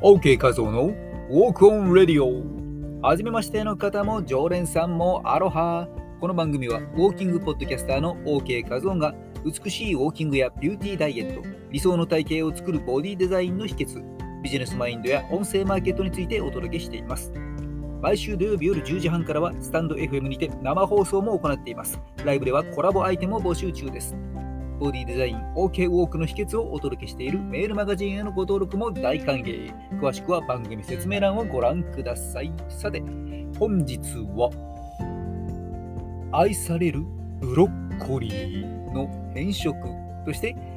OK 画像の Walk on Radio。はじめましての方も常連さんもアロハ。この番組はウォーキングポッドキャスターの OK 画像が美しいウォーキングやビューティーダイエット、理想の体型を作るボディデザインの秘訣、ビジネスマインドや音声マーケットについてお届けしています。毎週土曜日夜10時半からはスタンド FM にて生放送も行っています。ライブではコラボアイテムを募集中です。ボディデザイン OK ウォークの秘訣をお届けしているメールマガジンへのご登録も大歓迎。詳しくは番組説明欄をご覧ください。さて、本日は愛されるブロッコリーの変色として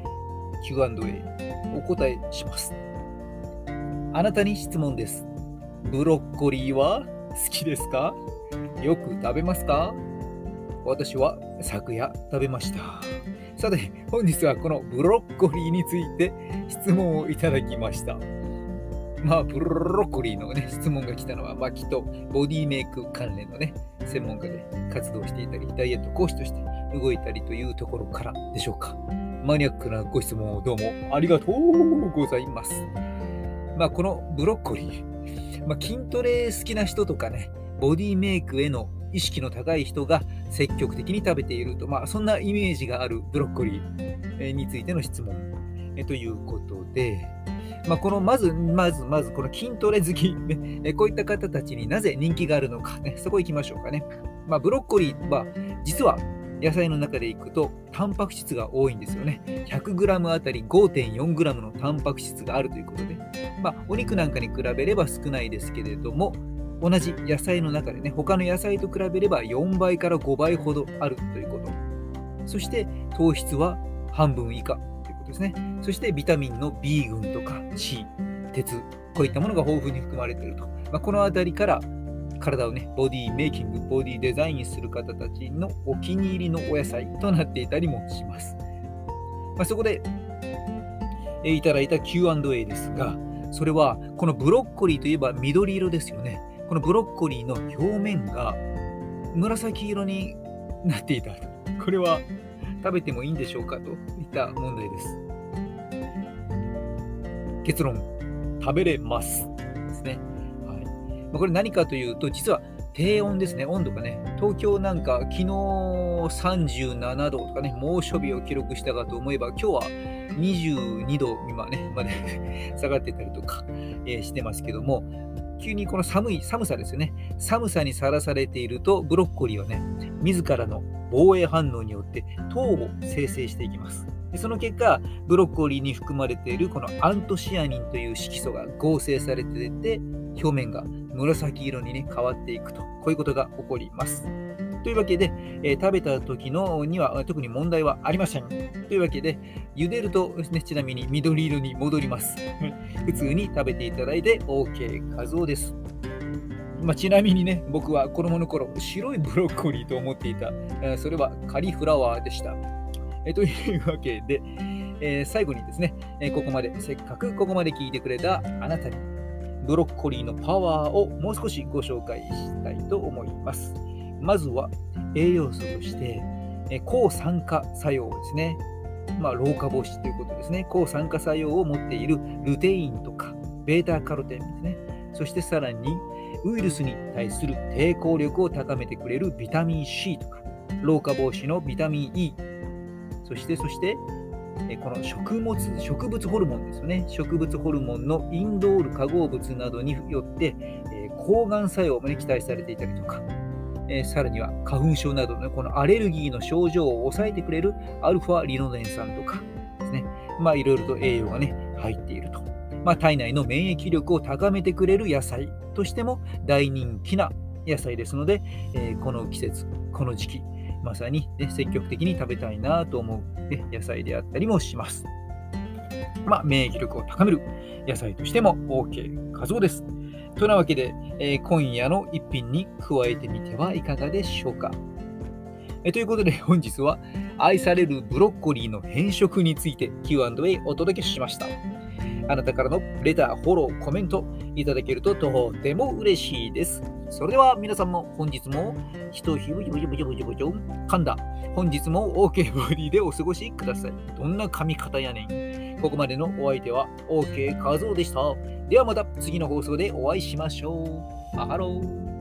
Q&A お答えします。あなたに質問です。ブロッコリーは好きですか？よく食べますか？私は昨夜食べました。さて、本日はこのブロッコリーについて質問をいただきました。ブロッコリーのね、質問が来たのは、きっとボディメイク関連のね、専門家で活動していたり、ダイエット講師として動いたりというところからでしょうか。マニアックなご質問をどうもありがとうございます。このブロッコリー、筋トレ好きな人とかね、ボディメイクへの意識の高い人が積極的に食べていると、そんなイメージがあるブロッコリーについての質問ということで、このまずこの筋トレ好き、こういった方たちになぜ人気があるのか、そこ行きましょうかね。ブロッコリーは実は野菜の中でいくとタンパク質が多いんですよね。100g あたり 5.4g のタンパク質があるということで、お肉なんかに比べれば少ないですけれども、同じ野菜の中でね、他の野菜と比べれば4倍から5倍ほどあるということ。そして糖質は半分以下ということですね。そしてビタミンの B 群とか C、鉄、こういったものが豊富に含まれていると。このあたりから体をね、ボディメイキング、ボディデザインする方たちのお気に入りのお野菜となっていたりもします。そこでいただいた Q&A ですが、それはこのブロッコリーといえば緑色ですよね。このブロッコリーの表面が紫色になっていた。これは食べてもいいんでしょうかといった問題です。結論、食べれますですね。これ何かというと、実は低温ですね。温度がね、東京なんか昨日37度とかね、猛暑日を記録したかと思えば、今日は22度今ねまで下がってたりとか、してますけども、急にこの寒さですよね。寒さにさらされていると、ブロッコリーはね、自らの防衛反応によって糖を生成していきます。でその結果、ブロッコリーに含まれているこのアントシアニンという色素が合成されていて、表面が紫色に、変わっていくと、こういうことが起こります。というわけで、食べた時には特に問題はありません。というわけで、茹でると、ちなみに緑色に戻ります。普通に食べていただいて OK 画像です。ちなみにね、僕は子供の頃、白いブロッコリーと思っていた。それはカリフラワーでした。というわけで、最後にですね、せっかくここまで聞いてくれたあなたに、ブロッコリーのパワーをもう少しご紹介したいと思います。まずは栄養素として、抗酸化作用ですね。老化防止ということですね。抗酸化作用を持っているルテインとかベータカロテンですね。そしてさらにウイルスに対する抵抗力を高めてくれるビタミン C とか、老化防止のビタミン E、そしてこの植物ホルモンですよね。植物ホルモンのインドール化合物などによって、抗がん作用も、期待されていたりとか、さらには花粉症などのこのアレルギーの症状を抑えてくれるアルファリノデン酸とかですね。いろいろと栄養が入っていると。体内の免疫力を高めてくれる野菜としても大人気な野菜ですので、この季節、この時期、まさに、積極的に食べたいなと思う、野菜であったりもします。免疫力を高める野菜としても OK 画像です。となわけで、今夜の一品に加えてみてはいかがでしょうか。ということで本日は愛されるブロッコリーの変色について Q&A をお届けしました。 あなたからのレター、フォロー、コメントいただけるととても嬉しいです。それでは皆さんも本日も一ひぶじぶじぶじぶじぶじゅん噛んだ。本日も OK ボディでお過ごしください。どんな噛み方やねん。ここまでのお相手は OK 画像でした。ではまた次の放送でお会いしましょう。マハロー。